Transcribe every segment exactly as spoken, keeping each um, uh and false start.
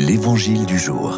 L'Évangile du jour.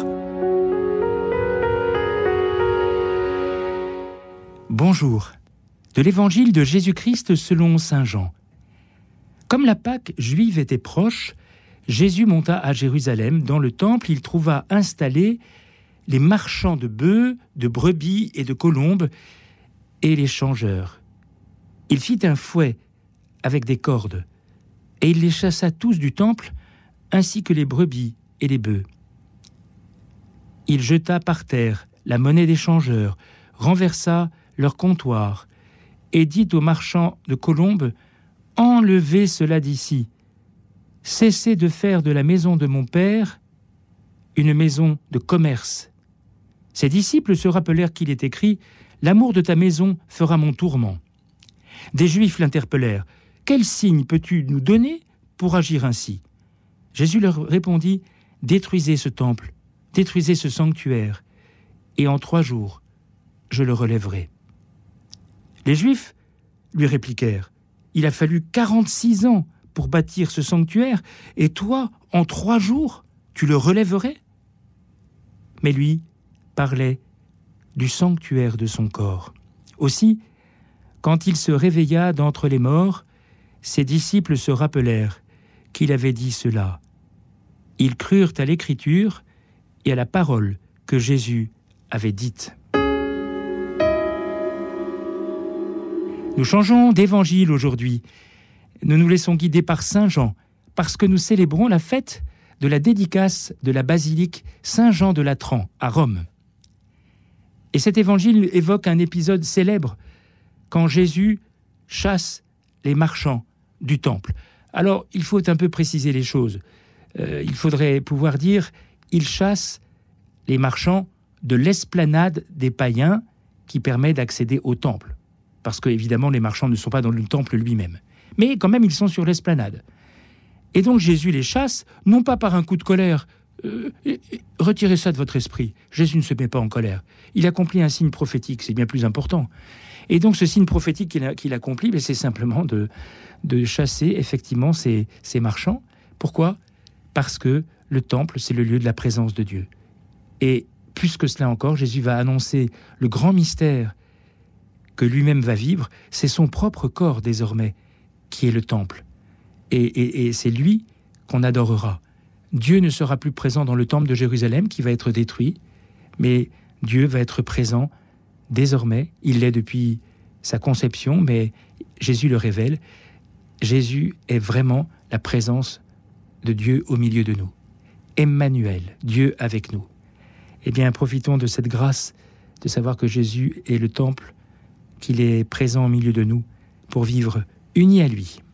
Bonjour. De l'Évangile de Jésus-Christ selon saint Jean. Comme la Pâque juive était proche, Jésus monta à Jérusalem. Dans le temple, il trouva installés les marchands de bœufs, de brebis et de colombes, et les changeurs. Il fit un fouet avec des cordes, et il les chassa tous du temple, ainsi que les brebis et les bœufs. Il jeta par terre la monnaie des changeurs, renversa leur comptoir, et dit aux marchands de colombes, « Enlevez cela d'ici. Cessez de faire de la maison de mon Père une maison de commerce. » Ses disciples se rappelèrent qu'il est écrit, « L'amour de ta maison fera mon tourment. » Des Juifs l'interpellèrent, « Quel signe peux-tu nous donner pour agir ainsi ?» Jésus leur répondit, « Détruisez ce temple, détruisez ce sanctuaire, et en trois jours, je le relèverai. » Les Juifs lui répliquèrent, « Il a fallu quarante-six ans pour bâtir ce sanctuaire, et toi, en trois jours, tu le relèverais ?» Mais lui parlait du sanctuaire de son corps. Aussi, quand il se réveilla d'entre les morts, ses disciples se rappelèrent qu'il avait dit cela. Ils crurent à l'Écriture et à la parole que Jésus avait dite. Nous changeons d'évangile aujourd'hui. Nous nous laissons guider par saint Jean, parce que nous célébrons la fête de la dédicace de la basilique Saint-Jean de Latran à Rome. Et cet évangile évoque un épisode célèbre, quand Jésus chasse les marchands du temple. Alors, il faut un peu préciser les choses. Euh, il faudrait pouvoir dire « il chasse les marchands de l'esplanade des païens qui permet d'accéder au temple ». Parce que, évidemment, les marchands ne sont pas dans le temple lui-même. Mais quand même, ils sont sur l'esplanade. Et donc, Jésus les chasse, non pas par un coup de colère. Euh, retirez ça de votre esprit. Jésus ne se met pas en colère. Il accomplit un signe prophétique, c'est bien plus important. Et donc, ce signe prophétique qu'il, a, qu'il accomplit, c'est simplement de, de chasser, effectivement, ces, ces marchands. Pourquoi ? Parce que le temple, c'est le lieu de la présence de Dieu. Et plus que cela encore, Jésus va annoncer le grand mystère que lui-même va vivre, c'est son propre corps désormais, qui est le temple. Et, et, et c'est lui qu'on adorera. Dieu ne sera plus présent dans le temple de Jérusalem qui va être détruit, mais Dieu va être présent désormais. Il l'est depuis sa conception, mais Jésus le révèle. Jésus est vraiment la présence de Dieu au milieu de nous. Emmanuel, Dieu avec nous. Eh bien, profitons de cette grâce de savoir que Jésus est le temple, qu'il est présent au milieu de nous pour vivre unis à lui.